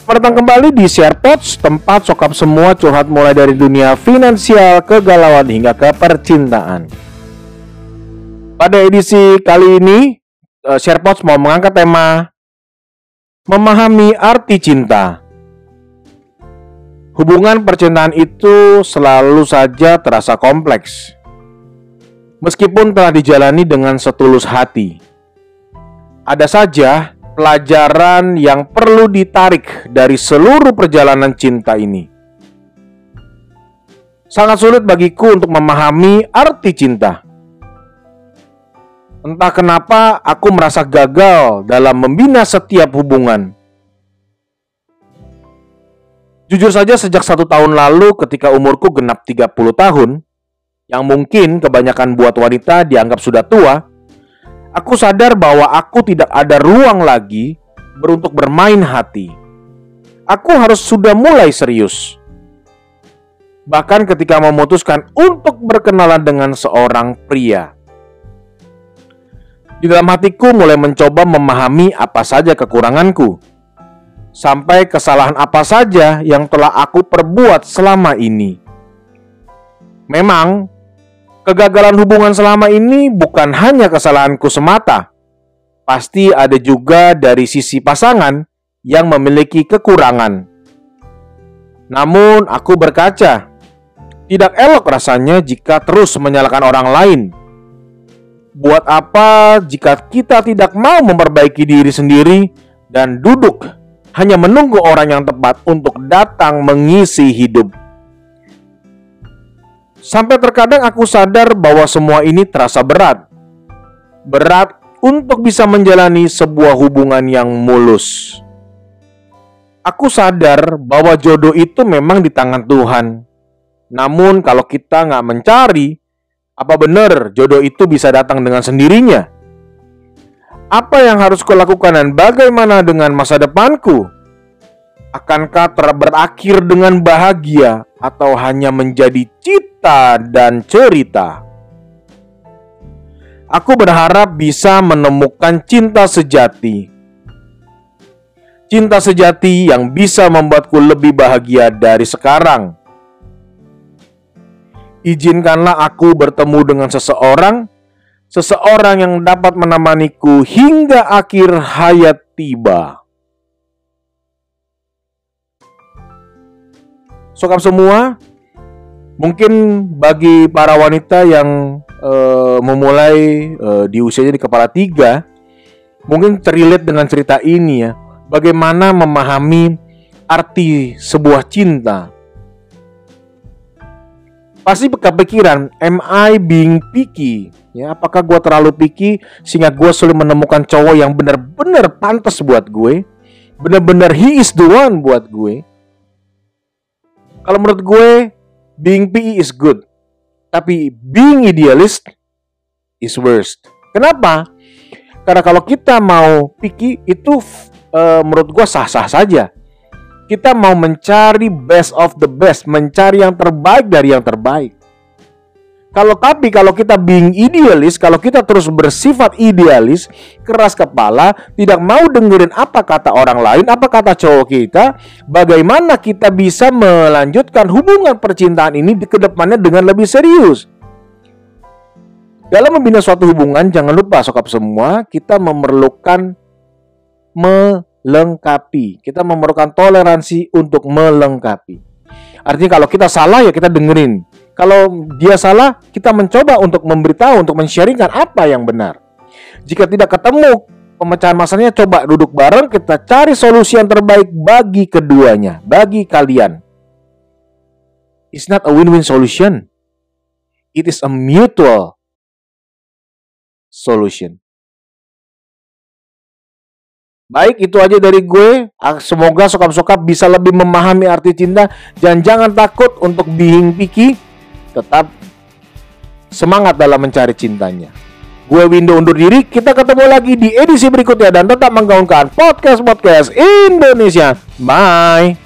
Datang kembali di SharePods, tempat sokap semua curhat mulai dari dunia finansial, kegalauan hingga ke percintaan. Pada edisi kali ini, SharePods mau mengangkat tema memahami arti cinta. Hubungan percintaan itu selalu saja terasa kompleks, meskipun telah dijalani dengan setulus hati. Ada saja pelajaran yang perlu ditarik dari seluruh perjalanan cinta ini. Sangat sulit bagiku untuk memahami arti cinta. Entah kenapa aku merasa gagal dalam membina setiap hubungan. Jujur saja sejak 1 tahun lalu ketika umurku genap 30 tahun, yang mungkin kebanyakan buat wanita dianggap sudah tua, aku sadar bahwa aku tidak ada ruang lagi untuk bermain hati. Aku harus sudah mulai serius. Bahkan ketika memutuskan untuk berkenalan dengan seorang pria. Di dalam hatiku mulai mencoba memahami apa saja kekuranganku, sampai kesalahan apa saja yang telah aku perbuat selama ini. Memang kegagalan hubungan selama ini bukan hanya kesalahanku semata. Pasti ada juga dari sisi pasangan yang memiliki kekurangan. Namun aku berkaca, tidak elok rasanya jika terus menyalahkan orang lain. Buat apa jika kita tidak mau memperbaiki diri sendiri dan duduk hanya menunggu orang yang tepat untuk datang mengisi hidup? Sampai terkadang aku sadar bahwa semua ini terasa berat. Berat untuk bisa menjalani sebuah hubungan yang mulus. Aku sadar bahwa jodoh itu memang di tangan Tuhan. Namun kalau kita nggak mencari, apa benar jodoh itu bisa datang dengan sendirinya? Apa yang harus kulakukan dan bagaimana dengan masa depanku? Akankah berakhir dengan bahagia atau hanya menjadi cerita dan cerita? Aku berharap bisa menemukan cinta sejati. Cinta sejati yang bisa membuatku lebih bahagia dari sekarang. Izinkanlah aku bertemu dengan seseorang yang dapat menemaniku hingga akhir hayat tiba. Sokap semua, mungkin bagi para wanita yang memulai di usianya di kepala 3, mungkin terrelate dengan cerita ini ya. Bagaimana memahami arti sebuah cinta. Pasti kepikiran, am I being picky? Ya, apakah gue terlalu picky sehingga gue sulit menemukan cowok yang benar-benar pantas buat gue, benar-benar he is the one buat gue? Kalau menurut gue, being picky is good, tapi being idealist is worst. Kenapa? Karena kalau kita mau picky itu menurut gue sah-sah saja. Kita mau mencari best of the best, mencari yang terbaik dari yang terbaik. Tapi kalau kita being idealis, kalau kita terus bersifat idealis, keras kepala, tidak mau dengerin apa kata orang lain, apa kata cowok kita, bagaimana kita bisa melanjutkan hubungan percintaan ini ke depannya dengan lebih serius? Dalam membina suatu hubungan, jangan lupa sokap semua, kita memerlukan melengkapi. Kita memerlukan toleransi untuk melengkapi. Artinya kalau kita salah ya kita dengerin. Kalau dia salah, kita mencoba untuk memberitahu, untuk men-sharingkan apa yang benar. Jika tidak ketemu pemecahan masalahnya, coba duduk bareng, kita cari solusi yang terbaik bagi keduanya, bagi kalian. It's not a win-win solution. It is a mutual solution. Baik, itu aja dari gue. Semoga sokap-sokap bisa lebih memahami arti cinta. Dan jangan takut untuk being picky. Tetap semangat dalam mencari cintanya. Gue Windo undur diri. Kita ketemu lagi di edisi berikutnya. Dan tetap menggaungkan podcast Indonesia. Bye.